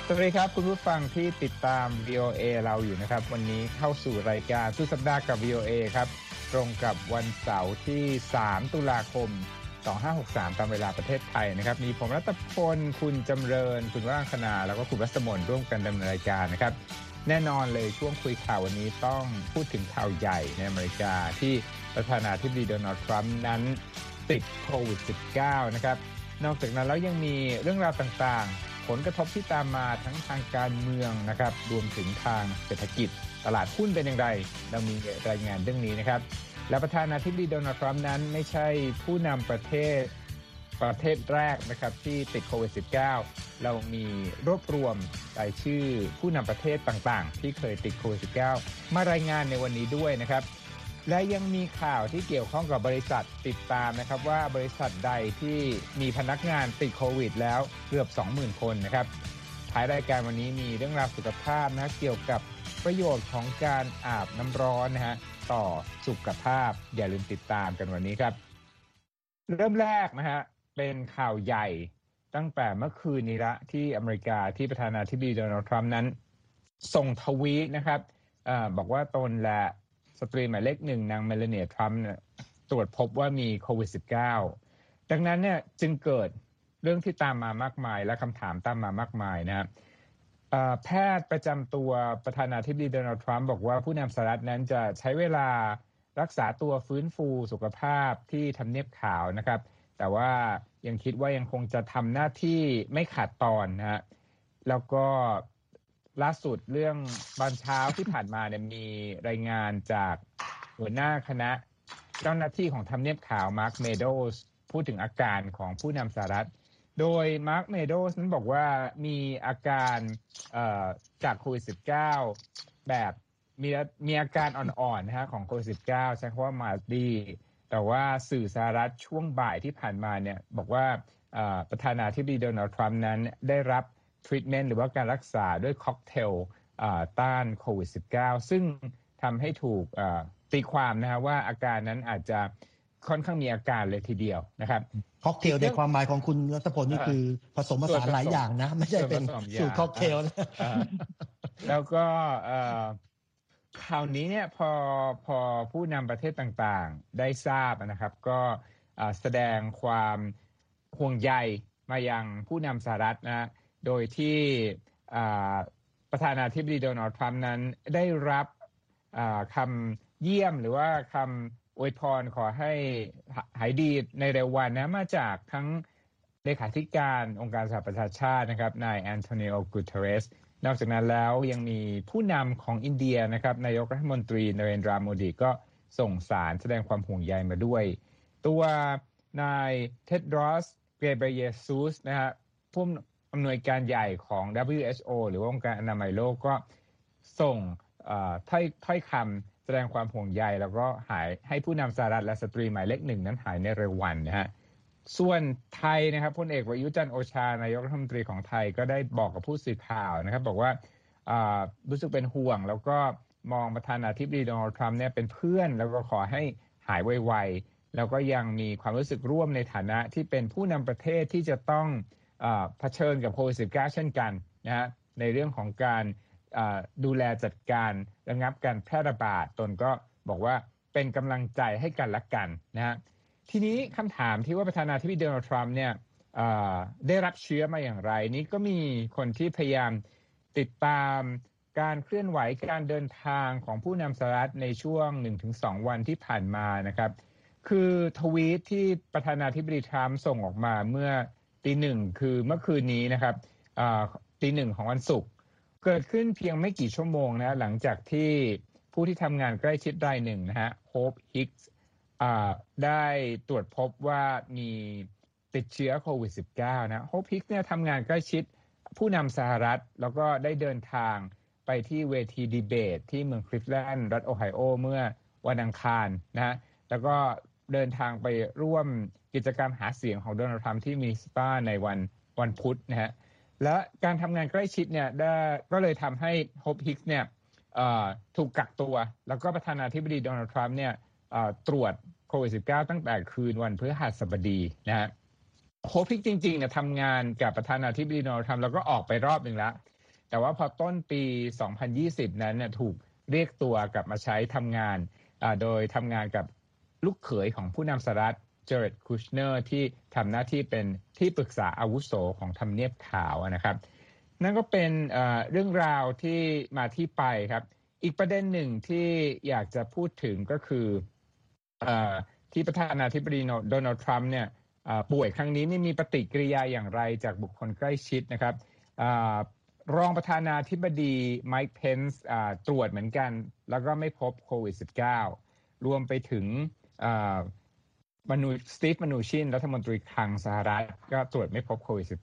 สวัสดีครับคุณผู้ฟังที่ติดตาม VOA เราอยู่นะครับวันนี้เข้าสู่รายการสุดสัปดาห์กับ VOA ครับตรงกับวันเสาร์ที่3ตุลาคม2563ตามเวลาประเทศไทยนะครับมีผมรัตพลคุณจำเริญคุณวรังคณาแล้วก็คุณรัศมนร่วมกันดำเนินรายการนะครับแน่นอนเลยช่วงคุยข่าววันนี้ต้องพูดถึงข่าวใหญ่ในอเมริกาที่ประธานาธิบดีโดนัลด์ทรัมป์นั้นติดโควิด -19 นะครับนอกจากนั้นแล้วยังมีเรื่องราวต่างๆผลกระทบที่ตามมาทั้งทางการเมืองนะครับรวมถึงทางเศรษฐกิจตลาดหุ้นเป็นอย่างไรเรามีรายงานเรื่องนี้นะครับและประธานาธิบดีโดนัลด์ทรัมป์นั้นไม่ใช่ผู้นำประเทศแรกนะครับที่ติดโควิด -19 เรามีรวบรวมรายชื่อผู้นำประเทศต่างๆที่เคยติดโควิด -19 มารายงานในวันนี้ด้วยนะครับและยังมีข่าวที่เกี่ยวข้องกับบริษัทติดตามนะครับว่าบริษัทใดที่มีพนักงานติดโควิดแล้วเกือบ 20,000 คนนะครับท้ายรายการวันนี้มีเรื่องราวสุขภาพนะเกี่ยวกับประโยชน์ของการอาบน้ำร้อนนะฮะต่อสุขภาพอย่าลืมติดตามกันวันนี้ครับเริ่มแรกนะฮะเป็นข่าวใหญ่ตั้งแต่เมื่อคืนนี้ละที่อเมริกาที่ประธานาธิบดีโดนัลด์ทรัมป์นั้นส่งทวีตนะครับบอกว่าตนและสตรีหมายเลขหนึ่งนางเมลานีทรัมป์ตรวจพบว่ามีโควิด -19 ดังนั้นเนี่ยจึงเกิดเรื่องที่ตามมามากมายและคำถามตามมามากมายนะครับแพทย์ประจำตัวประธานาธิบดีโดนัลด์ทรัมป์บอกว่าผู้นำสหรัฐนั้นจะใช้เวลารักษาตัวฟื้นฟูสุขภาพที่ทำเนียบขาวนะครับแต่ว่ายังคิดว่ายังคงจะทำหน้าที่ไม่ขาดตอนนะฮะแล้วก็ล่าสุดเรื่องตอนเช้าที่ผ่านมาเนี่ยมีรายงานจากหัวหน้าคณะเจ้าหน้าที่ของทำเนียบขาวมาร์คเมโดสพูดถึงอาการของผู้นำสหรัฐโดยมาร์คเมโดสนั้นบอกว่ามีอาการจากโควิด -19 แบบมีอาการอ่อนๆนะฮะของโควิด -19 ใช้คำว่ามาดีแต่ว่าสื่อสหรัฐช่วงบ่ายที่ผ่านมาเนี่ยบอกว่าประธานาธิบดีโดนัลด์ทรัมป์นั้นได้รับทรีทเมนต์หรือว่าการรักษาด้วยค็อกเทลต้านโควิด -19 ซึ่งทำให้ถูกตีความนะฮะว่าอาการนั้นอาจจะค่อนข้างมีอาการเลยทีเดียวนะครับค็อกเทลในความหมายของคุณรัตพลนี่คือผสมผสานหลายอย่างนะไม่ใช่เป็นสูตรค็อกเทลนะแล้วก็คราวนี้เนี่ยพอผู้นำประเทศต่างๆได้ทราบนะครับก็แสดงความห่วงใยมายังผู้นำสหรัฐนะโดยที่ประธานาธิบดีโดนัลด์ทรัมป์นั้นได้รับคำเยี่ยมหรือว่าคำอวยพรขอให้หายดีในเร็ววันนะมาจากทั้งเลขาธิการองค์การสหประชาชาตินะครับนายแอนโทนิโอ กูเตเรสนอกจากนั้นแล้วยังมีผู้นำของอินเดียนะครับนายกรัฐมนตรีนเรนทราโมดีก็ส่งสารแสดงความห่วงใยมาด้วยตัวนายเท็ดรอส เกเบรียซูสนะฮะผู้อำนวยการใหญ่ของ WHO หรือว่าองค์การอนามัยโลกก็ส่งถ้อยคำแสดงความห่วงใยแล้วก็ให้ผู้นำสหรัฐและสตรีหมายเลขหนึ่งนั้นหายในเร็ววันนะฮะส่วนไทยนะครับพลเอกประยุทธ์จันทร์โอชานายกรัฐมนตรีของไทยก็ได้บอกกับผู้สื่อข่าวนะครับบอกว่ารู้สึกเป็นห่วงแล้วก็มองประธานาธิบดีโดนัลด์ทรัมป์เนี่ยเป็นเพื่อนแล้วก็ขอให้หายไวๆแล้วก็ยังมีความรู้สึกร่วมในฐานะที่เป็นผู้นำประเทศที่จะต้องเผชิญกับโควิด -19 เช่นกันนะฮะในเรื่องของการดูแลจัดการระงับการแพร่ระบาดตนก็บอกว่าเป็นกำลังใจให้กันและกันนะฮะทีนี้คำถามที่ว่าประธานาธิบดีโดนัลด์ทรัมป์เนี่ยได้รับเชื้อมาอย่างไรนี้ก็มีคนที่พยายามติดตามการเคลื่อนไหวการเดินทางของผู้นำสหรัฐในช่วง 1-2 วันที่ผ่านมานะครับคือทวีตที่ประธานาธิบดีทรัมป์ส่งออกมาเมื่อตีหนึ่งคือเมื่อคืนนี้นะครับตีหนึ่งของวันศุกร์เกิดขึ้นเพียงไม่กี่ชั่วโมงนะหลังจากที่ผู้ที่ทำงานใกล้ชิดรายหนึ่งนะฮะโฮปฮิกส์ได้ตรวจพบว่ามีติดเชื้อโควิด -19 นะโฮปฮิกส์เนี่ยทำงานใกล้ชิดผู้นำสหรัฐแล้วก็ได้เดินทางไปที่เวทีดีเบตที่เมืองคลิฟแลนด์รัฐโอไฮโอเมื่อวันอังคารนะฮะแล้วก็เดินทางไปร่วมกิจกรรมหาเสียงของโดนัลด์ทรัมป์ที่มินนิสตาในวันพุธนะฮะและการทำงานใกล้ชิดเนี่ยก็เลยทำให้โฮปฮิกส์เนี่ยถูกกักตัวแล้วก็ประธานาธิบดีโดนัลด์ทรัมป์เนี่ยตรวจโควิด -19 ตั้งแต่คืนวันพฤหัสบดีนะฮะโฮปฮิกส์จริงๆเนี่ยทำงานกับประธานาธิบดีโดนัลด์ทรัมป์แล้วก็ออกไปรอบหนึ่งแล้วแต่ว่าพอต้นปี 2020 นั้นเนี่ยถูกเรียกตัวกลับมาใช้ทำงานโดยทำงานกับลูกเขยของผู้นำสหรัฐเจเร็ด คูชเนอร์ที่ทำหน้าที่เป็นที่ปรึกษาอาวุโสของทำเนียบขาวนะครับนั่นก็เป็นเรื่องราวที่มาที่ไปครับอีกประเด็นหนึ่งที่อยากจะพูดถึงก็คือที่ประธานาธิบดีโดนัลด์ทรัมป์เนี่ยป่วยครั้งนี้นี่มีปฏิกิริยาอย่างไรจากบุคคลใกล้ชิดนะครับรองประธานาธิบดีไมค์เพนส์ตรวจเหมือนกันแล้วก็ไม่พบโควิด -19 รวมไปถึงสตีฟ มานูชินรัฐมนตรีคลังสหรัฐก็ตรวจไม่พบโควิด -19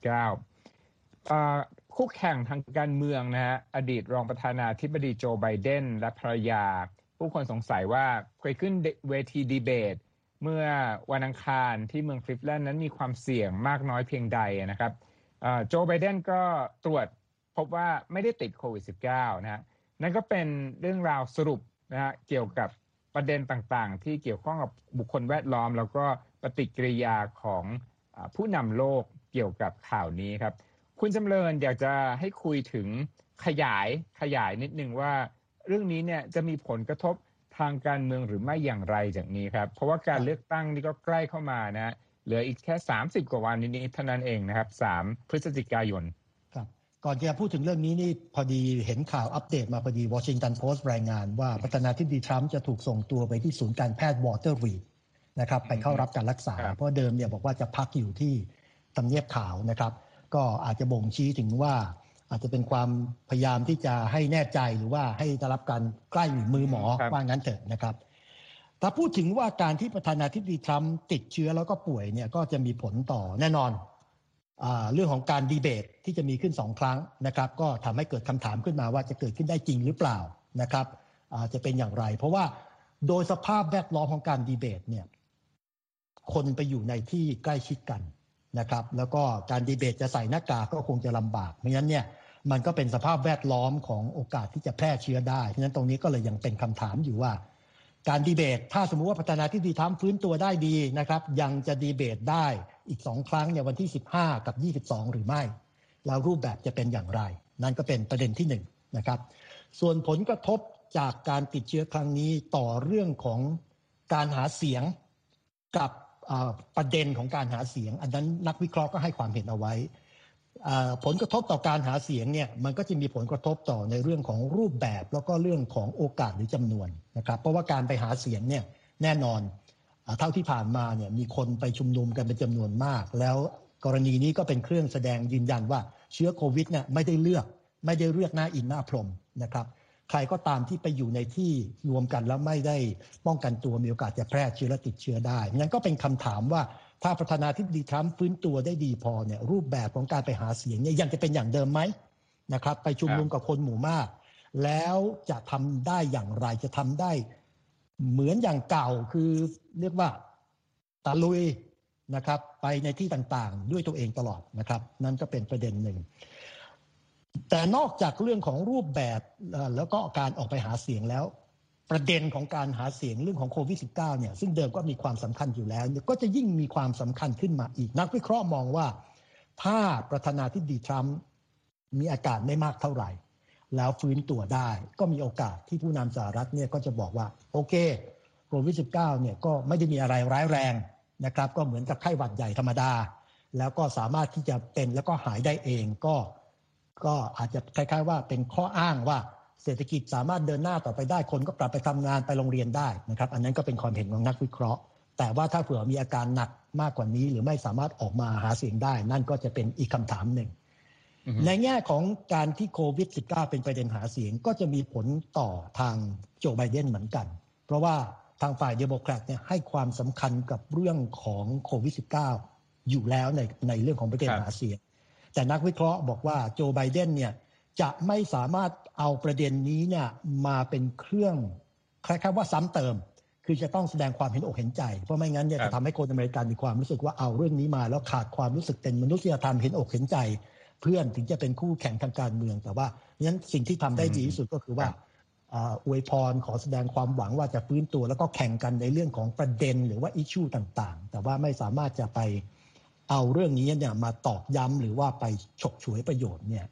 คู่แข่งทางการเมืองนะฮะอดีตรองประธานาธิบดีโจไบเดนและภรรยาผู้คนสงสัยว่าเคยขึ้นเวทีดีเบตเมื่อวันอังคารที่เมืองคลิฟแลนด์นั้นมีความเสี่ยงมากน้อยเพียงใดนะครับโจไบเดนก็ตรวจพบว่าไม่ได้ติดโควิด -19 นะฮะนั่นก็เป็นเรื่องราวสรุปนะฮะเกี่ยวกับประเด็นต่างๆที่เกี่ยวข้องกับบุคคลแวดล้อมแล้วก็ปฏิกิริยาของผู้นำโลกเกี่ยวกับข่าวนี้ครับคุณจำเริญอยากจะให้คุยถึงขยายนิดนึงว่าเรื่องนี้เนี่ยจะมีผลกระทบทางการเมืองหรือไม่อย่างไรจากนี้ครับเพราะว่าการเลือกตั้งนี่ก็ใกล้เข้ามานะเหลืออีกแค่30กว่าวันนี้เท่านั้นเองนะครับ3พฤศจิกายนครับก่อนจะพูดถึงเรื่องนี้นี่พอดีเห็นข่าวอัปเดตมาพอดี Washington Post รายงานว่าประธานาธิบดีทรัมป์จะถูกส่งตัวไปที่ศูนย์การแพทย์วอเตอร์รีดนะครับไปเข้ารับการรักษาเพราะเดิมเนี่ยบอกว่าจะพักอยู่ที่ทำเนียบขาวนะครับก็อาจจะบ่งชี้ถึงว่าอาจจะเป็นความพยายามที่จะให้แน่ใจหรือว่าให้ได้รับการใกล้มือหมอว่างั้นเถอะนะครับถ้าพูดถึงว่าการที่ประธานาธิบดีทรัมป์ติดเชื้อแล้วก็ป่วยเนี่ยก็จะมีผลต่อแน่นอนเรื่องของการดีเบตที่จะมีขึ้น2ครั้งนะครับก็ทำให้เกิดคำถามขึ้นมาว่าจะเกิดขึ้นได้จริงหรือเปล่านะครับจะเป็นอย่างไรเพราะว่าโดยสภาพแวดล้อมของการดีเบตเนี่ยคนไปอยู่ในที่ใกล้ชิดกันนะครับแล้วก็การดีเบตจะใส่หน้ากากก็คงจะลำบากเพราะฉะนั้นเนี่ยมันก็เป็นสภาพแวดล้อมของโอกาสที่จะแพร่เชื้อได้เพราะฉะนั้นตรงนี้ก็เลยยังเป็นคำถามอยู่ว่าการดีเบตถ้าสมมุติว่าประธานาธิบดีทรัมป์ฟื้นตัวได้ดีนะครับยังจะดีเบตได้อีก2ครั้งในวันที่15กับ22หรือไม่แล้วรูปแบบจะเป็นอย่างไรนั่นก็เป็นประเด็นที่1นะครับส่วนผลกระทบจากการติดเชื้อครั้งนี้ต่อเรื่องของการหาเสียงกับประเด็นของการหาเสียงอันนั้นนักวิเคราะห์ก็ให้ความเห็นเอาไว้ผลกระทบต่อการหาเสียงเนี่ยมันก็จะมีผลกระทบต่อในเรื่องของรูปแบบแล้วก็เรื่องของโอกาสหรือจำนวนนะครับเพราะว่าการไปหาเสียงเนี่ยแน่นอนเท่าที่ผ่านมาเนี่ยมีคนไปชุมนุมกันเป็นจำนวนมากแล้วกรณีนี้ก็เป็นเครื่องแสดงยืนยันว่าเชื้อโควิดเนี่ยไม่ได้เลือกหน้าอินหน้าพรหมนะครับใครก็ตามที่ไปอยู่ในที่รวมกันแล้วไม่ได้ป้องกันตัวมีโอกาสจะแพร่เชื้อและติดเชื้อได้งั้นก็เป็นคำถามว่าถ้าประธานาธิบดีทรัมป์ฟื้นตัวได้ดีพอเนี่ยรูปแบบของการไปหาเสียงเนี่ยยังจะเป็นอย่างเดิมไหมนะครับไปชุมนุมกับคนหมู่มากแล้วจะทำได้อย่างไรจะทำได้เหมือนอย่างเก่าคือเรียกว่าตะลุยนะครับไปในที่ต่างๆด้วยตัวเองตลอดนะครับนั่นก็เป็นประเด็นหนึ่งแต่นอกจากเรื่องของรูปแบบแล้วก็การออกไปหาเสียงแล้วประเด็นของการหาเสียงเรื่องของโควิด -19 เนี่ยซึ่งเดิมก็มีความสำคัญอยู่แล้วก็จะยิ่งมีความสำคัญขึ้นมาอีกนักวิเคราะห์มองว่าถ้าประธานาธิบดีทรัมป์มีอาการไม่มากเท่าไหร่แล้วฟื้นตัวได้ก็มีโอกาสที่ผู้นำสหรัฐเนี่ยก็จะบอกว่าโอเคโควิด -19 เนี่ยก็ไม่ได้มีอะไรร้ายแรงนะครับก็เหมือนกับไข้หวัดใหญ่ธรรมดาแล้วก็สามารถที่จะเป็นแล้วก็หายได้เองก็อาจจะคล้ายๆว่าเป็นข้ออ้างว่าเศรษฐกิจสามารถเดินหน้าต่อไปได้คนก็กลับไปทำงานไปโรงเรียนได้นะครับอันนั้นก็เป็นความเห็นของนักวิเคราะห์แต่ว่าถ้าเผื่อมีอาการหนักมากกว่านี้หรือไม่สามารถออกมาหาเสียงได้นั่นก็จะเป็นอีกคำถามหนึ่งในแง่ของการที่โควิด -19 เป็นประเด็นหาเสียงก็จะมีผลต่อทางโจไบเดนเหมือนกันเพราะว่าทางฝ่ายเดโมแครตเนี่ยให้ความสำคัญกับเรื่องของโควิด -19 อยู่แล้วในเรื่องของประเด็นหาเสียงแต่นักวิเคราะห์บอกว่าโจไบเดนเนี่ยจะไม่สามารถเอาประเด็นนี้เนี่ยมาเป็นเครื่องคล้ายๆว่าซ้ำเติมคือจะต้องแสดงความเห็นอกเห็นใจเพราะไม่งั้นเนี่ยจะทำให้คนอเมริกันมีความรู้สึกว่าเอาเรื่องนี้มาแล้วขาดความรู้สึกเป็นมนุษยธรรมเห็นอกเห็นใจเพื่อนถึงจะเป็นคู่แข่งทางการเมืองแต่ว่างั้นสิ่งที่ทำได้ดีที่สุดก็คือว่าอวยพรขอแสดงความหวังว่าจะฟื้นตัวแล้วก็แข่งกันในเรื่องของประเด็นหรือว่าอิชชูต่างๆแต่ว่าไม่สามารถจะไปเอาเรื่องนี้เนี่ยมาตอกย้ำหรือว่าไปฉกฉวยประโยชน์เนี่ย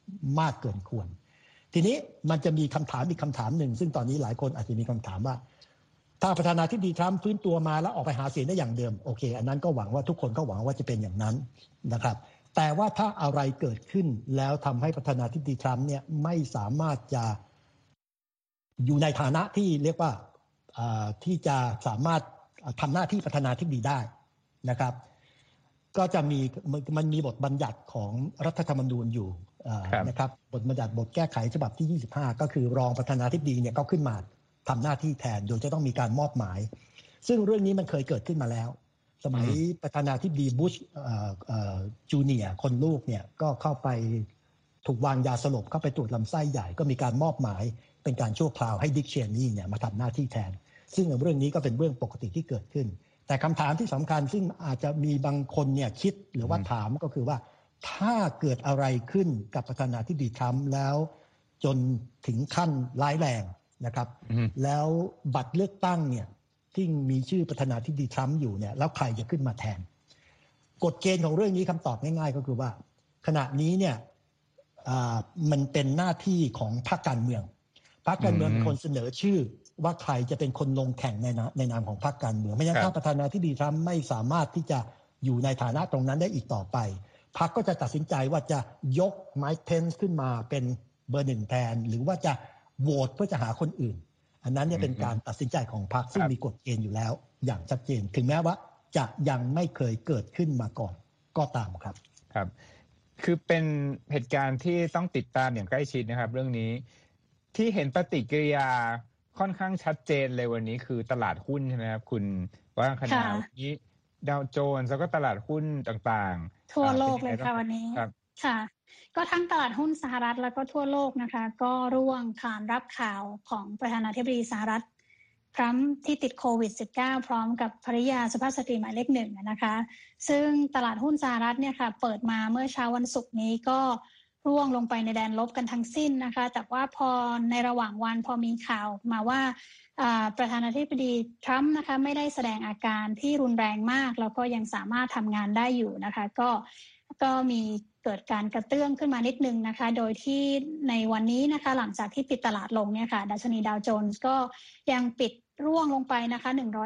มากเกินควรทีนี้มันจะมีคำถามอีกคำถามหนึ่งซึ่งตอนนี้หลายคนอาจจะมีคำถามว่าถ้าประธานาธิบดีทรัมป์ฟื้นตัวมาแล้วออกไปหาเสียงได้อย่างเดิมโอเคอันนั้นก็หวังว่าทุกคนก็หวังว่าจะเป็นอย่างนั้นนะครับแต่ว่าถ้าอะไรเกิดขึ้นแล้วทำให้ประธานาธิบดีทรัมป์เนี่ยไม่สามารถจะอยู่ในฐานะที่เรียกว่าที่จะสามารถทำหน้าที่ประธานาธิบดีได้นะครับก็จะมันมีบทบัญญัติของรัฐธรรมนูญอยู่นะครับบทบัญญัติบทแก้ไขฉบับที่25ก็คือรองประธานาธิบดีเนี่ยก็ขึ้นมาทำหน้าที่แทนโดยจะต้องมีการมอบหมายซึ่งเรื่องนี้มันเคยเกิดขึ้นมาแล้วสมัยประธานาธิบดีบุชจูเนียร์คนลูกเนี่ยก็เข้าไปถูกวางยาสลบเข้าไปตรวจลำไส้ใหญ่ก็มีการมอบหมายเป็นการชั่วคราวให้ดิกเชนนี่เนี่ยมาทำหน้าที่แทนซึ่งเรื่องนี้ก็เป็นเรื่องปกติที่เกิดขึ้นแต่คำถามที่สำคัญซึ่งอาจจะมีบางคนเนี่ยคิดหรือว่าถามก็คือว่าถ้าเกิดอะไรขึ้นกับประธานาธิบดีทรัมป์แล้วจนถึงขั้นร้ายแรงนะครับแล้วบัตรเลือกตั้งเนี่ยที่มีชื่อประธานาธิบดีทรัมป์อยู่เนี่ยแล้วใครจะขึ้นมาแทนกฎเกณฑ์ของเรื่องนี้คำตอบง่ายๆก็คือว่าขณะนี้เนี่ยมันเป็นหน้าที่ของพรรคการเมืองพรรคการเมืองเป็นคนเสนอชื่อว่าใครจะเป็นคนลงแข่งในนามของพรรคการเมืองไม่งั้นถ้าประธานาธิบดีทรัมป์ไม่สามารถที่จะอยู่ในฐานะตรงนั้นได้อีกต่อไปพรรคก็จะตัดสินใจว่าจะยกไมค์เพนซ์ขึ้นมาเป็นเบอร์หนึ่งแทนหรือว่าจะโหวตเพื่อจะหาคนอื่นอันนั้นเนี่ยเป็นการตัดสินใจของพรรคซึ่งมีกฎเกณฑ์อยู่แล้วอย่างชัดเจนถึงแม้ว่าจะยังไม่เคยเกิดขึ้นมาก่อนก็ตามครับครับคือเป็นเหตุการณ์ที่ต้องติดตามอย่างใกล้ชิดนะครับเรื่องนี้ที่เห็นปฏิกิริยาค่อนข้างชัดเจนเลยวันนี้คือตลาดหุ้นใช่ไหมครับคุณว่าขณะนี้ดาวโจนส์แล้วก็ตลาดหุ้นต่างๆทั่วโลกเลยค่ะวันนี้ค่ะก็ทั้งตลาดหุ้นสหรัฐแล้วก็ทั่วโลกนะคะก็ร่วงขานรับข่าวของประธานาธิบดีสหรัฐทรัมป์ที่ติดโควิด -19 พร้อมกับภริยาสุภาพสตรีหมายเลขหนึ่งนะคะซึ่งตลาดหุ้นสหรัฐเนี่ยค่ะเปิดมาเมื่อเช้าวันศุกร์นี้ก็ร่วงลงไปในแดนลบกันทั้งสิ้นนะคะแต่ว่าพอในระหว่างวันพอมีข่าวมาว่าประธานาธิบดีทรัมป์นะคะไม่ได้แสดงอาการที่รุนแรงมากแล้วก็ยังสามารถทำงานได้อยู่นะคะก็มีเกิดการกระเตื้องขึ้นมานิดนึงนะคะโดยที่ในวันนี้นะคะหลังจากที่ปิดตลาดลงเนี่ยค่ะดัชนีดาวโจนส์ก็ยังปิดร่วงลงไปนะคะ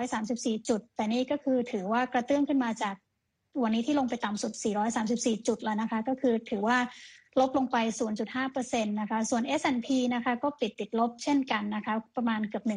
134จุดแต่นี่ก็คือถือว่ากระเตื้องขึ้นมาจากวันนี้ที่ลงไปต่ำสุด434จุดแล้วนะคะก็คือถือว่าลบลงไป 0.5% นะคะส่วน S&P นะคะก็ปิดติดลบเช่นกันนะคะประมาณเกือบ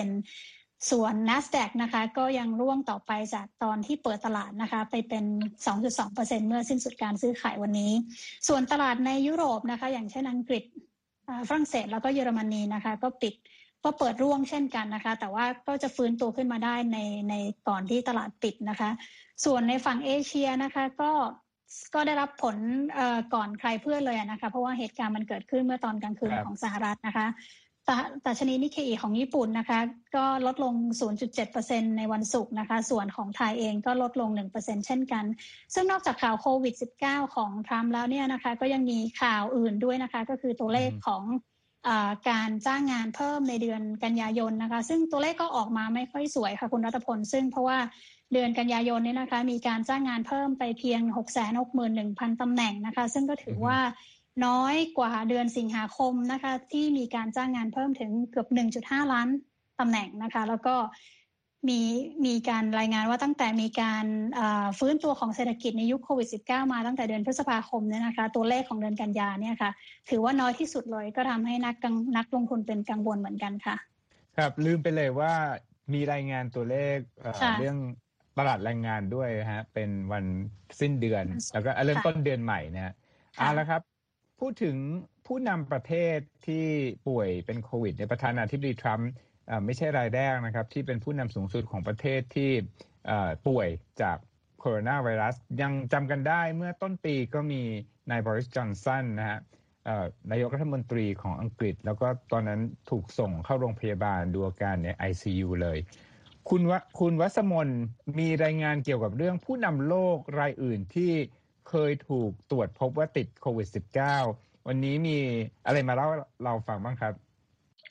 1%ส่วน NASDAQ นะคะก็ยังร่วงต่อไปจากตอนที่เปิดตลาดนะคะไปเป็น 2.2% เมื่อสิ้นสุดการซื้อขายวันนี้ส่วนตลาดในยุโรปนะคะอย่างเช่นอังกฤษฝรั่งเศสแล้วก็เยอรมนีนะคะก็เปิดร่วงเช่นกันนะคะแต่ว่าก็จะฟื้นตัวขึ้นมาได้ในก่อนที่ตลาดปิดนะคะส่วนในฝั่งเอเชียนะคะก็ได้รับผลก่อนใครเพื่อนเลยนะคะเพราะว่าเหตุการณ์มันเกิดขึ้นเมื่อตอนกลางคืนของสหรัฐนะคะดัชนีนิเคอิของญี่ปุ่นนะคะก็ลดลง 0.7% ในวันศุกร์นะคะส่วนของไทยเองก็ลดลง 1% เช่นกันซึ่งนอกจากข่าวโควิด -19 ของทรัมป์แล้วเนี่ยนะคะก็ยังมีข่าวอื่นด้วยนะคะก็คือตัวเลขของการจ้างงานเพิ่มในเดือนกันยายนนะคะซึ่งตัวเลขก็ออกมาไม่ค่อยสวยค่ะคุณรัตพลซึ่งเพราะว่าเดือนกันยายนนี้นะคะมีการจ้างงานเพิ่มไปเพียง 661,000 ตำแหน่งนะคะซึ่งก็ถือว่าน้อยกว่าเดือนสิงหาคมนะคะที่มีการจ้างงานเพิ่มถึงเกือบ 1.5 ล้านตำแหน่งนะคะแล้วก็มีการรายงานว่าตั้งแต่มีการฟื้นตัวของเศรษฐกิจในยุคโควิด -19 มาตั้งแต่เดือนพฤษภาคมเนี่ยนะคะตัวเลขของเดือนกันยาเนี่ยค่ะถือว่าน้อยที่สุดเลยก็ทำให้นักลงทุนเป็นกังวลเหมือนกันค่ะครับลืมไปเลยว่ามีรายงานตัวเลขเรื่องตลาดแรงงานด้วยฮะเป็นวันสิ้นเดือนแล้วก็เริ่มต้นเดือนใหม่นะแล้วครับพูดถึงผู้นำประเทศที่ป่วยเป็นโควิดในประธานาธิบดีทรัมป์ไม่ใช่รายแรกนะครับที่เป็นผู้นำสูงสุดของประเทศที่ป่วยจากโคโรนาไวรัสยังจำกันได้เมื่อต้นปีก็มีนายบริส จอนสันนะฮะนายกรัฐมนตรีของอังกฤษแล้วก็ตอนนั้นถูกส่งเข้าโรงพยาบาลดูอาการใน ICU เลยคุณวัสมนมีรายงานเกี่ยวกับเรื่องผู้นำโลกรายอื่นที่เคยถูกตรวจพบว่าติดโควิด -19 วันนี้มีอะไรมาเล่าเราฟังบ้างครับ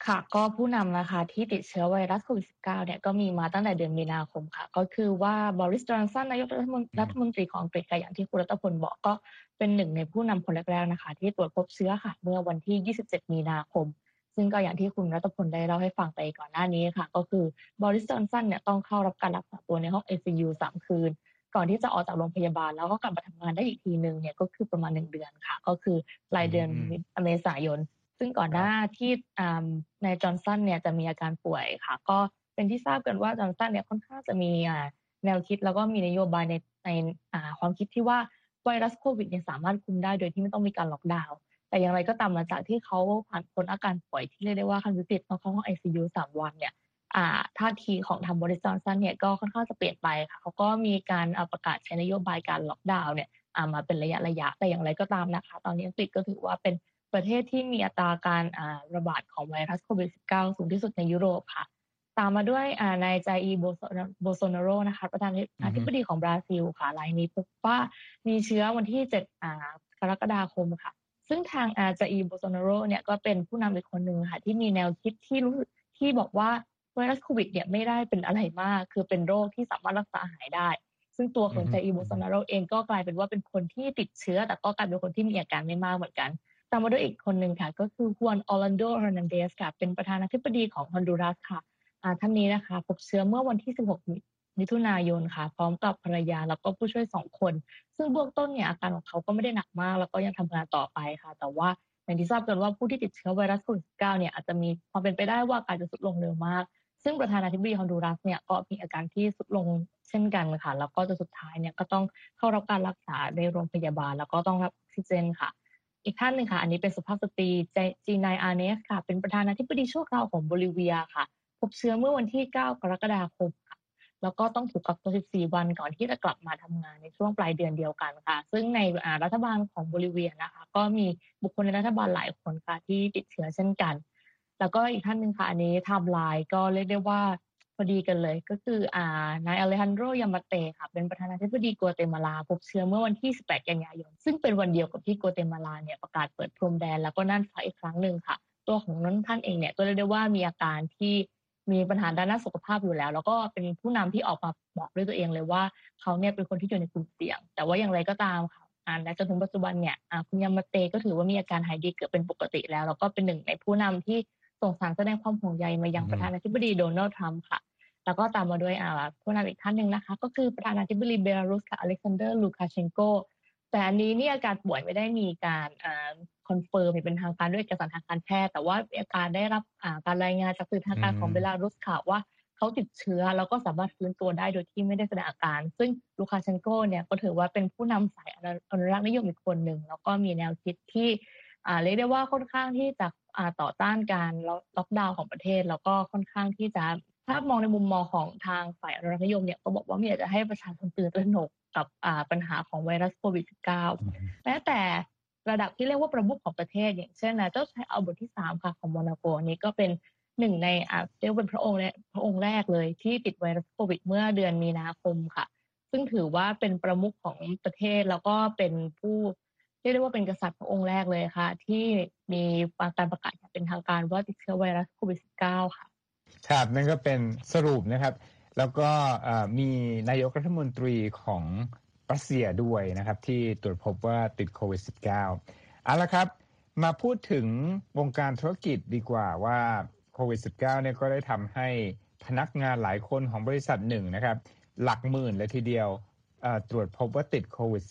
ค่ะก็ผู้นำนะคะที่ติดเชื้อไวรัสโควิด -19 เนี่ยก็มีมาตั้งแต่เดือนมีนาคมค่ะก็คือว่าบริส จอนสันนายกรัฐมนตรีของอังกฤษค่ะอย่างที่คุณรัตพลบอกก็เป็นหนึ่งในผู้นำคนแรกๆนะคะที่ตรวจพบเชื้อค่ะเมื่อวันที่27มีนาคมซึ่งก็อย่างที่คุณรัตพลได้เล่าให้ฟังไปก่อนหน้านี้ค่ะก็คือบริส จอนสันเนี่ยต้องเข้ารับการรักษาตัวในห้อง ICU 3 คืนก่อนที่จะออกจากโรงพยาบาลแล้วก็กลับมาทำงานได้อีกทีนึงเนี่ยก็คือประมาณ1 เดือนค่ะก็คือปลายเดือนเมษายนซึ่งก่อนหน้าที่นายจอห์นสันเนี่ยจะมีอาการป่วยค่ะก็เป็นที่ทราบกันว่าจอห์นสันเนี่ยค่อนข้างจะมีแนวคิดแล้วก็มีนโยบายในความคิดที่ว่าไวรัสโควิดเนี่ยสามารถคุมได้โดยที่ไม่ต้องมีการล็อกดาวน์แต่อย่างไรก็ตามหลังจากที่เขาผ่านพ้นอาการป่วยที่เรียกได้ว่าขั้นวิกฤตต้องเข้าห้อง ICU 3 วันเนี่ยท่าทีของทางบริษัทจอห์นสันเนี่ยก็ค่อนข้างจะเปลี่ยนไปค่ะเขาก็มีการประกาศใช้นโยบายการล็อกดาวน์เนี่ยมาเป็นระยะแต่อย่างไรก็ตามนะคะตอนนี้อังกฤษก็ถือว่าเป็นประเทศที่มีอัตราการระบาดของไวรัสโควิด -19 สูงที่สุดในยุโรปค่ะตามมาด้วยนายจาอีโบโซนาโรนะคะประธานาธิบดีของบราซิลค่ะรายนี้พบว่ามีเชื้อวันที่7กรกฎาคมค่ะซึ่งทางจาอีโบโซนาโรเนี่ยก็เป็นผู้นำอีกคนหนึ่งค่ะที่มีแนวคิดที่บอกว่าไวรัสโควิดเนี่ยไม่ได้เป็นอะไรมากคือเป็นโรคที่สามารถรักษาหายได้ซึ่งตัวของจาอีโบโซนาโรเองก็กลายเป็นว่าเป็นคนที่ติดเชื้อแต่ก็กลายเป็นคนที่มีอาการไม่มากเหมือนกันตามมาด้วยอีกคนหนึ่งค่ะก็คือฮวนออลันโด เฮอร์นันเดสค่ะเป็นประธานาธิบดีของฮอนดูรัสค่ะท่านนี้นะคะพบเชื้อเมื่อวันที่16มิถุนายนค่ะพร้อมกับภรรยาแล้วก็ผู้ช่วย2 คนซึ่งเบื้องต้นเนี่ยอาการของเขาก็ไม่ได้หนักมากแล้วก็ยังทำงานต่อไปค่ะแต่ว่าอย่างที่ทราบกันว่าผู้ที่ติดเชื้อไวรัสโควิด -19 เนี่ยอาจจะมีความเป็นไปได้ว่าอาการจะทรุดลงเร็วมากซึ่งประธานาธิบดีฮอนดูรัสเนี่ยก็มีอาการที่ทรุดลงเช่นกันค่ะแล้วก็จนสุดท้ายเนี่ยก็ต้องเข้ารับการรักษาในโรงพยาบาลแล้วก็ต้องรับออกซิเจนค่ะอีกท่านหนึ่งค่ะอันนี้เป็นสุภาพสตรีจีนายอาเนสค่ะเป็นประธานาธิบดีชั่วคราวของโบลิเวียค่ะพบเชื้อเมื่อวันที่9กรกฎาคมค่ะแล้วก็ต้องถูกกักตัว14 วันก่อนที่จะกลับมาทำงานในช่วงปลายเดือนเดียวกันค่ะซึ่งในรัฐบาลของโบลิเวียนะคะก็มีบุคคลในรัฐบาลหลายคนค่ะที่ติดเชื้อเช่นกันแล้วก็อีกท่านหนึ่งค่ะอันนี้ไทม์ไลน์ก็เรียกได้ว่าพอดีกันเลยก็คือนายอเลฮันโด ยามาเตค่ะเป็นประธานาธิบดีกัวเตมาลาพบเชื้อเมื่อวันที่18กันยายนซึ่งเป็นวันเดียวกับที่กัวเตมาลาเนี่ยประกาศเปิดพรมแดนแล้วก็น่านฟ้าอีกครั้งหนึ่งค่ะตัวของท่านเองเนี่ยก็เรียกได้ว่ามีอาการที่มีปัญหาด้านสุขภาพอยู่แล้วก็เป็นผู้นำที่ออกมาบอกด้วยตัวเองเลยว่าเขาเนี่ยเป็นคนที่อยู่ในกลุ่มเสี่ยงแต่ว่าอย่างไรก็ตามค่ะและจนถึงปัจจุบันเนี่ยคุณยามาเตก็ถือว่ามีอาการหายดีเกือบเป็นปกติแล้วก็เป็นหนึ่งในผู้นำที่ส่งสารแสดงความห่วงใยมายังประธานาธิบดีโดนัลด์ทรัมป์ค่ะแล้วก็ตามมาด้วยผู้นำอีกท่านหนึ่งนะคะก็คือประธานาธิบดีเบลารุสค่ะอเล็กซานเดอร์ลูคาเชนโกแต่อันนี้นี่อาการป่วยไม่ได้มีการคอนเฟิร์มเป็นทางการด้วยเอกสารทางการแพทย์แต่ว่าอาการได้รับการรายงานจากสื่อทางการของเบลารุสค่ะว่าเขาติดเชื้อแล้วก็สามารถฟื้นตัวได้โดยที่ไม่ได้แสดงอาการซึ่งลูคาเชนโกเนี่ยก็ถือว่าเป็นผู้นำสายอนุรักษ์นิยมอีกคนหนึ่งแล้วก็มีแนวคิดที่เรียกได้ว่าค่อนข้างที่จะต่อต้านการล็อกดาวน์ของประเทศแล้วก็ค่อนข้างที่จะถ้ามองในมุมมองของทางฝ่ายอนุรักษ์นิยมเนี่ยก็บอกว่าไม่อยากจะให้ประชาชนตื่นตระหนกกับปัญหาของไวรัสโควิด -19 แม้แต่ระดับที่เรียกว่าประมุขของประเทศอย่างเช่นเจ้าชายอัลเบิร์ตที่3ค่ะของโมนาโกนี้ก็เป็นหนึ่งในเรียกเป็นพระองค์แรกเลยที่ติดไวรัสโควิดเมื่อเดือนมีนาคมค่ะซึ่งถือว่าเป็นประมุขของประเทศแล้วก็เป็นผู้เรียกได้ว่าเป็นกษัตริย์พระองค์แรกเลยค่ะที่มีการประกาศอย่างเป็นทางการว่าติดเชื้อไวรัสโควิด -19 ค่ะครับนั่นก็เป็นสรุปนะครับแล้วก็มีนายกรัฐมนตรีของรัสเซียด้วยนะครับที่ตรวจพบว่าติดโควิด -19 เอาละครับมาพูดถึงวงการธุรกิจดีกว่าว่าโควิด -19 เนี่ยก็ได้ทำให้พนักงานหลายคนของบริษัทหนึ่งนะครับหลักหมื่นเลยทีเดียวตรวจพบว่าติดโควิด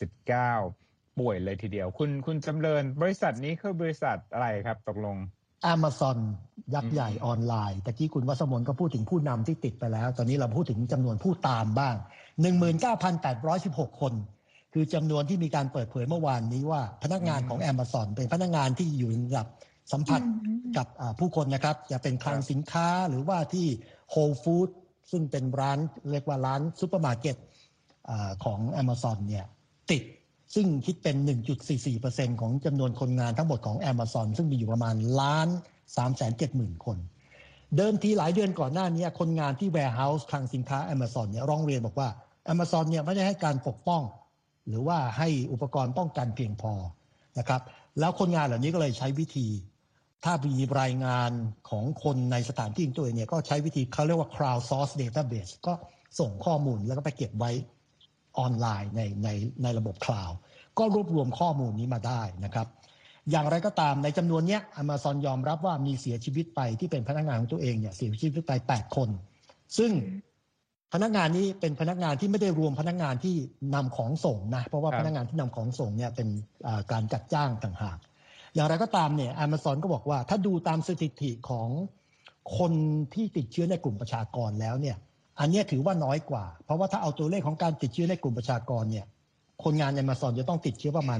-19 ป่วยเลยทีเดียวคุณจำเริญบริษัทนี้คือบริษัทอะไรครับตกลง Amazon ยักษ์ใหญ่ออนไลน์ตะกี้คุณวัชมนก็พูดถึงผู้นำที่ติดไปแล้วตอนนี้เราพูดถึงจำนวนผู้ตามบ้าง 19,816 คนคือจำนวนที่มีการเปิดเผยเมื่อวานนี้ว่าพนักงานของ Amazon เป็นพนักงานที่อยู่ในระดับสัมผัสกับผู้คนนะครับจะเป็นคลังสินค้าหรือว่าที่ Whole Food ซึ่งเป็นร้านเรียกว่าร้านซุปเปอร์มาร์เก็ตของ Amazon เนี่ยติดซึ่งคิดเป็น 1.44% ของจำนวนคนงานทั้งหมดของ Amazon ซึ่งมีอยู่ประมาณ1,370,000 คน เดิมทีหลายเดือนก่อนหน้านี้คนงานที่ warehouse คลังสินค้า Amazon เนี่ยร้องเรียนบอกว่า Amazon เนี่ยไม่ได้ให้การปกป้องหรือว่าให้อุปกรณ์ป้องกันเพียงพอนะครับแล้วคนงานเหล่านี้ก็เลยใช้วิธีถ้ามีรายงานของคนในสถานที่ตัวเองเนี่ยก็ใช้วิธีเขาเรียกว่า crowd source database ก็ส่งข้อมูลแล้วก็ไปเก็บไว้ออนไลน์ในระบบคลาวด์ก็รวบรวมข้อมูลนี้มาได้นะครับอย่างไรก็ตามในจำนวนนี้ Amazon ยอมรับว่ามีเสียชีวิตไปที่เป็นพนักงานของตัวเองเนี่ยเสียชีวิตไป8 คนซึ่งพนักงานนี้เป็นพนักงานที่ไม่ได้รวมพนักงานที่นำของส่งนะเพราะว่าพนักงานที่นำของส่งเนี่ยเป็นการจัดจ้างต่างหากอย่างไรก็ตามเนี่ย Amazon ก็บอกว่าถ้าดูตามสถิติของคนที่ติดเชื้อในกลุ่มประชากรแล้วเนี่ยอันนี้ถือว่าน้อยกว่าเพราะว่าถ้าเอาตัวเลขของการติดเชื้อในกลุ่มประชากรเนี่ยคนงาน Amazon จะต้องติดเชื้อประมาณ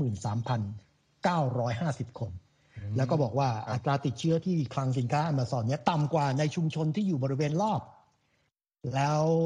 33,950 คนแล้วก็บอกว่าอัตราติดเชื้อที่คลังสินค้า Amazon เนี่ยต่ำกว่าในชุมชนที่อยู่บริเวณรอบแล้ว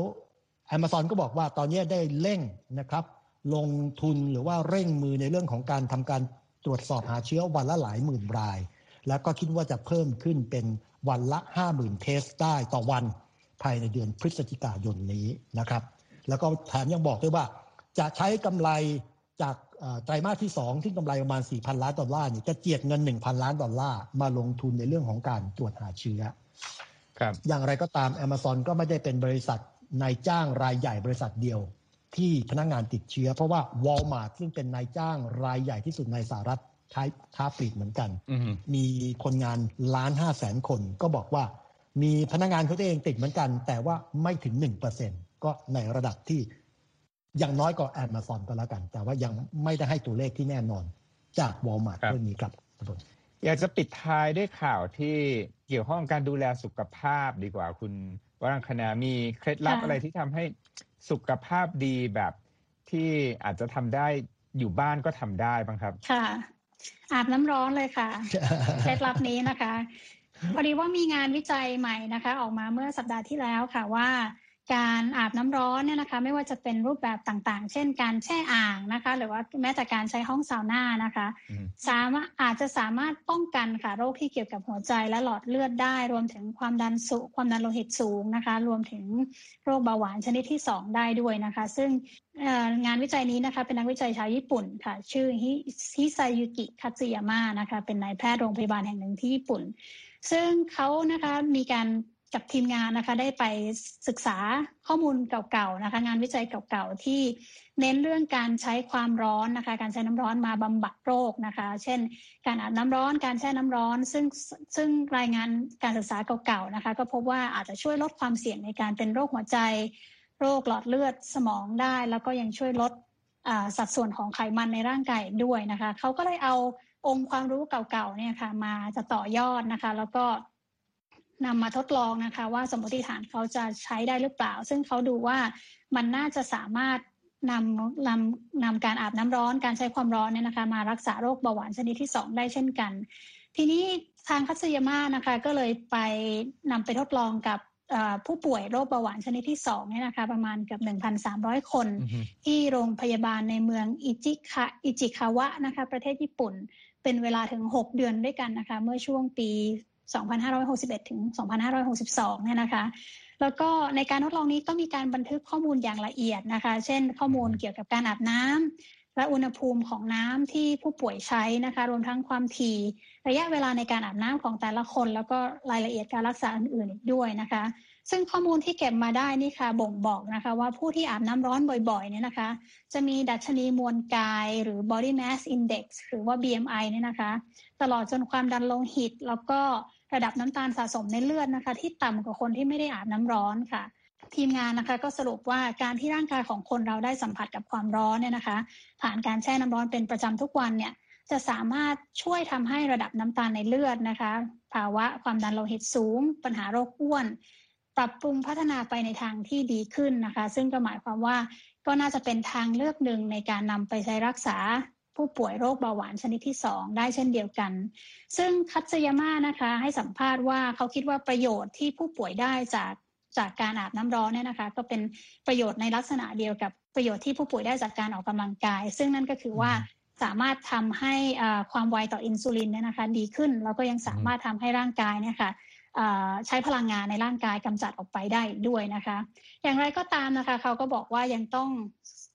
Amazon ก็บอกว่าตอนนี้ได้เร่งนะครับลงทุนหรือว่าเร่งมือในเรื่องของการทำการตรวจสอบหาเชื้อวันละหลายหมื่นรายแล้วก็คิดว่าจะเพิ่มขึ้นเป็นวันละ 50,000 เทสได้ต่อวันภายในเดือนพฤศจิกายนนี้นะครับแล้วก็แถมยังบอกด้วยว่าจะใช้กำไรจากไตรมาสที่2ที่กำไรประมาณ $4,000 ล้านเนี่ยจะเจียดเงิน $1,000 ล้านมาลงทุนในเรื่องของการตรวจหาเชื้อครับอย่างไรก็ตาม Amazon ก็ไม่ได้เป็นบริษัทนายจ้างรายใหญ่บริษัทเดียวที่พนักงานติดเชื้อเพราะว่า Walmart ซึ่งเป็นนายจ้างรายใหญ่ที่สุดในสหรัฐค้าปลีกเหมือนกันมีคนงาน 1,500,000 คนก็บอกว่ามีพนักงานเขาเองติดเหมือนกันแต่ว่าไม่ถึง 1% ก็ในระดับที่ยังน้อยกว่า Amazon ก็แล้วกันแต่ว่ายังไม่ได้ให้ตัวเลขที่แน่นอนจาก Walmart เรื่องนี้ครับอยากจะปิดท้ายด้วยข่าวที่เกี่ยวข้องกับการดูแลสุขภาพดีกว่าคุณวรังคณามีเคล็ดลับอะไรที่ทำให้สุขภาพดีแบบที่อาจจะทำได้อยู่บ้านก็ทำได้บ้างครับค่ะอาบน้ำร้อนเลยค่ะ เคล็ดลับนี้นะคะพอดีว่ามีงานวิจัยใหม่นะคะออกมาเมื่อสัปดาห์ที่แล้วค่ะว่าการอาบน้ำร้อนเนี่ยนะคะไม่ว่าจะเป็นรูปแบบต่างๆเช่นการแช่อ่างนะคะหรือว่าแม้แต่การใช้ห้องซาวน่านะคะอาจจะสามารถป้องกันค่ะโรคที่เกี่ยวกับหัวใจและหลอดเลือดได้รวมถึงความดันโลหิตสูงนะคะรวมถึงโรคเบาหวานชนิดที่2ได้ด้วยนะคะซึ่งงานวิจัยนี้นะคะเป็นนักวิจัยชาวญี่ปุ่นค่ะชื่อฮิซายุกิคัตสึยามะนะคะเป็นนายแพทย์โรงพยาบาลแห่งหนึ่งที่ญี่ปุ่นซึ่งเขานะคะมีการกับทีมงานนะคะได้ไปศึกษาข้อมูลเก่าๆนะคะงานวิจัยเก่าๆที่เน้นเรื่องการใช้ความร้อนนะคะการใช้น้ำร้อนมาบำบัดโรคนะคะเช่นการอาบน้ำร้อนการแช่น้ำร้อนซึ่งรายงานการศึกษาเก่าๆนะคะก็พบว่าอาจจะช่วยลดความเสี่ยงในการเป็นโรคหัวใจโรคหลอดเลือดสมองได้แล้วก็ยังช่วยลดสัดส่วนของไขมันในร่างกายด้วยนะคะเขาก็เลยเอาองค์ความรู้เก่าๆเนี่ยค่ะมาจะต่อยอดนะคะแล้วก็นำมาทดลองนะคะว่าสมมติฐานเขาจะใช้ได้หรือเปล่าซึ่งเขาดูว่ามันน่าจะสามารถนำการอาบน้ำร้อนการใช้ความร้อนเนี่ยนะคะมารักษาโรคเบาหวานชนิดที่2ได้เช่นกันทีนี้ทางคัตสึยามะนะคะก็เลยไปนำไปทดลองกับผู้ป่วยโรคเบาหวานชนิดที่2เนี่ยนะคะประมาณเกือบ 1,300 คนที่โรงพยาบาลในเมืองอิจิคาวะนะคะประเทศญี่ปุ่นเป็นเวลาถึง6 เดือนด้วยกันนะคะเมื่อช่วงปี2561 ถึง 2562 เนี่ยนะคะแล้วก็ในการทดลองนี้ก็มีการบันทึกข้อมูลอย่างละเอียดนะคะเช่นข้อมูลเกี่ยวกับการอาบน้ำและอุณหภูมิของน้ำที่ผู้ป่วยใช้นะคะรวมทั้งความถี่ระยะเวลาในการอาบน้ำของแต่ละคนแล้วก็รายละเอียดการรักษาอื่นๆอีกด้วยนะคะซึ่งข้อมูลที่เก็บมาได้นี่ค่ะบ่งบอกนะคะว่าผู้ที่อาบน้ำร้อนบ่อยๆเนี่ยนะคะจะมีดัชนีมวลกายหรือ body mass index หรือว่า BMI เนี่ยนะคะตลอดจนความดันโลหิตแล้วก็ระดับน้ำตาลสะสมในเลือดนะคะที่ต่ำกว่าคนที่ไม่ได้อาบน้ำร้อนค่ะทีมงานนะคะก็สรุปว่าการที่ร่างกายของคนเราได้สัมผัสกับความร้อนเนี่ยนะคะผ่านการแช่น้ำร้อนเป็นประจำทุกวันเนี่ยจะสามารถช่วยทำให้ระดับน้ำตาลในเลือดนะคะภาวะความดันโลหิตสูงปัญหาโรคอ้วนปรับปรุงพัฒนาไปในทางที่ดีขึ้นนะคะซึ่งก็หมายความว่าก็น่าจะเป็นทางเลือกหนึ่งในการนำไปใช้รักษาผู้ป่วยโรคเบาหวานชนิดที่2ได้เช่นเดียวกันซึ่งคัตสึยามะนะคะให้สัมภาษณ์ว่าเขาคิดว่าประโยชน์ที่ผู้ป่วยได้จากการอาบน้ำร้อนเนี่ยนะคะก็เป็นประโยชน์ในลักษณะเดียวกับประโยชน์ที่ผู้ป่วยได้จากการออกกำลังกายซึ่งนั่นก็คือว่าสามารถทำให้ความไวต่ออินซูลินเนี่ยนะคะดีขึ้นแล้วก็ยังสามารถทำให้ร่างกายเนี่ยค่ะใช้พลังงานในร่างกายกำจัดออกไปได้ด้วยนะคะอย่างไรก็ตามนะคะเขาก็บอกว่ายังต้อง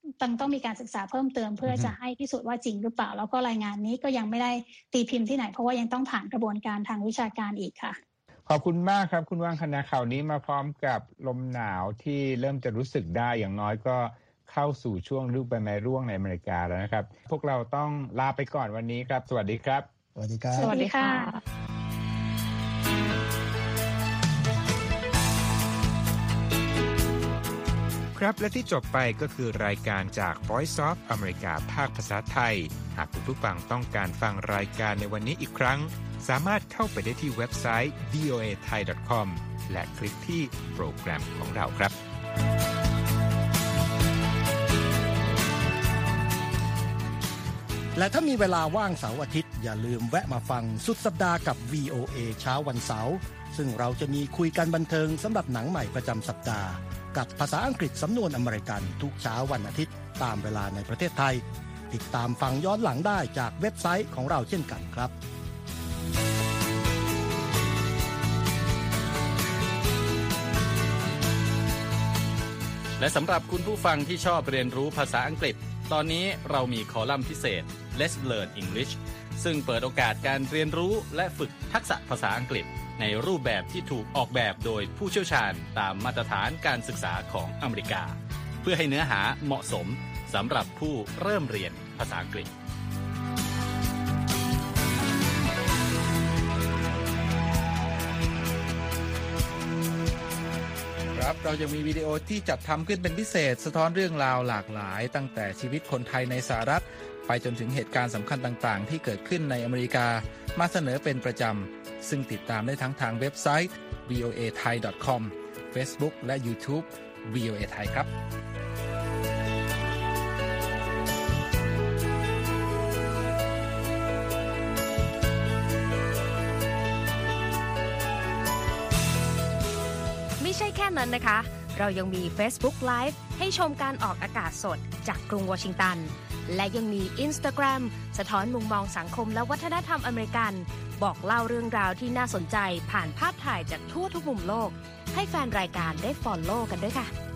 ต้องมีการศึกษาเพิ่มเติมเพื่อจะให้พิสูจน์ว่าจริงหรือเปล่าแล้วก็รายงานนี้ก็ยังไม่ได้ตีพิมพ์ที่ไหนเพราะว่ายังต้องผ่านกระบวนการทางวิชาการอีกค่ะขอบคุณมากครับคุณวังคณาข่าวนี้มาพร้อมกับลมหนาวที่เริ่มจะรู้สึกได้อย่างน้อยก็เข้าสู่ช่วงฤดูใบไม้ร่วงในอเมริกาแล้วนะครับพวกเราต้องลาไปก่อนวันนี้ครับสวัสดีครับสวัสดีครับสวัสดีค่ะครับและที่จบไปก็คือรายการจาก Voice of America ภาคภาษาไทยหากคุณผู้ฟังต้องการฟังรายการในวันนี้อีกครั้งสามารถเข้าไปได้ที่เว็บไซต์ voathai.com และคลิกที่โปรแกรมของเราครับและถ้ามีเวลาว่างเสาร์อาทิตย์อย่าลืมแวะมาฟังสุดสัปดาห์กับ VOA เช้าวันเสาร์ซึ่งเราจะมีคุยกันบันเทิงสำหรับหนังใหม่ประจำสัปดาห์กับภาษาอังกฤษสำนวนอเมริกันทุกเช้าวันอาทิตย์ตามเวลาในประเทศไทยติดตามฟังย้อนหลังได้จากเว็บไซต์ของเราเช่นกันครับและสำหรับคุณผู้ฟังที่ชอบเรียนรู้ภาษาอังกฤษตอนนี้เรามีคอลัมน์พิเศษ Let's Learn English ซึ่งเปิดโอกาสการเรียนรู้และฝึกทักษะภาษาอังกฤษในรูปแบบที่ถูกออกแบบโดยผู้เชี่ยวชาญตามมาตรฐานการศึกษาของอเมริกาเพื่อให้เนื้อหาเหมาะสมสำหรับผู้เริ่มเรียนภาษาอังกฤษครับเรายังมีวิดีโอที่จัดทำขึ้นเป็นพิเศษสะท้อนเรื่องราวหลากหลายตั้งแต่ชีวิตคนไทยในสหรัฐไปจนถึงเหตุการณ์สำคัญต่างๆที่เกิดขึ้นในอเมริกามาเสนอเป็นประจำซึ่งติดตามได้ทั้งทางเว็บไซต์ voathai.com Facebook และ YouTube VOA Thai ครับไม่ใช่แค่นั้นนะคะเรายังมี Facebook Live ให้ชมการออกอากาศสดจากกรุงวอชิงตันและยังมี Instagram สะท้อนมุมมองสังคมและวัฒนธรรมอเมริกันบอกเล่าเรื่องราวที่น่าสนใจผ่านภาพถ่ายจากทั่วทุกมุมโลกให้แฟนรายการได้ follow กันด้วยค่ะ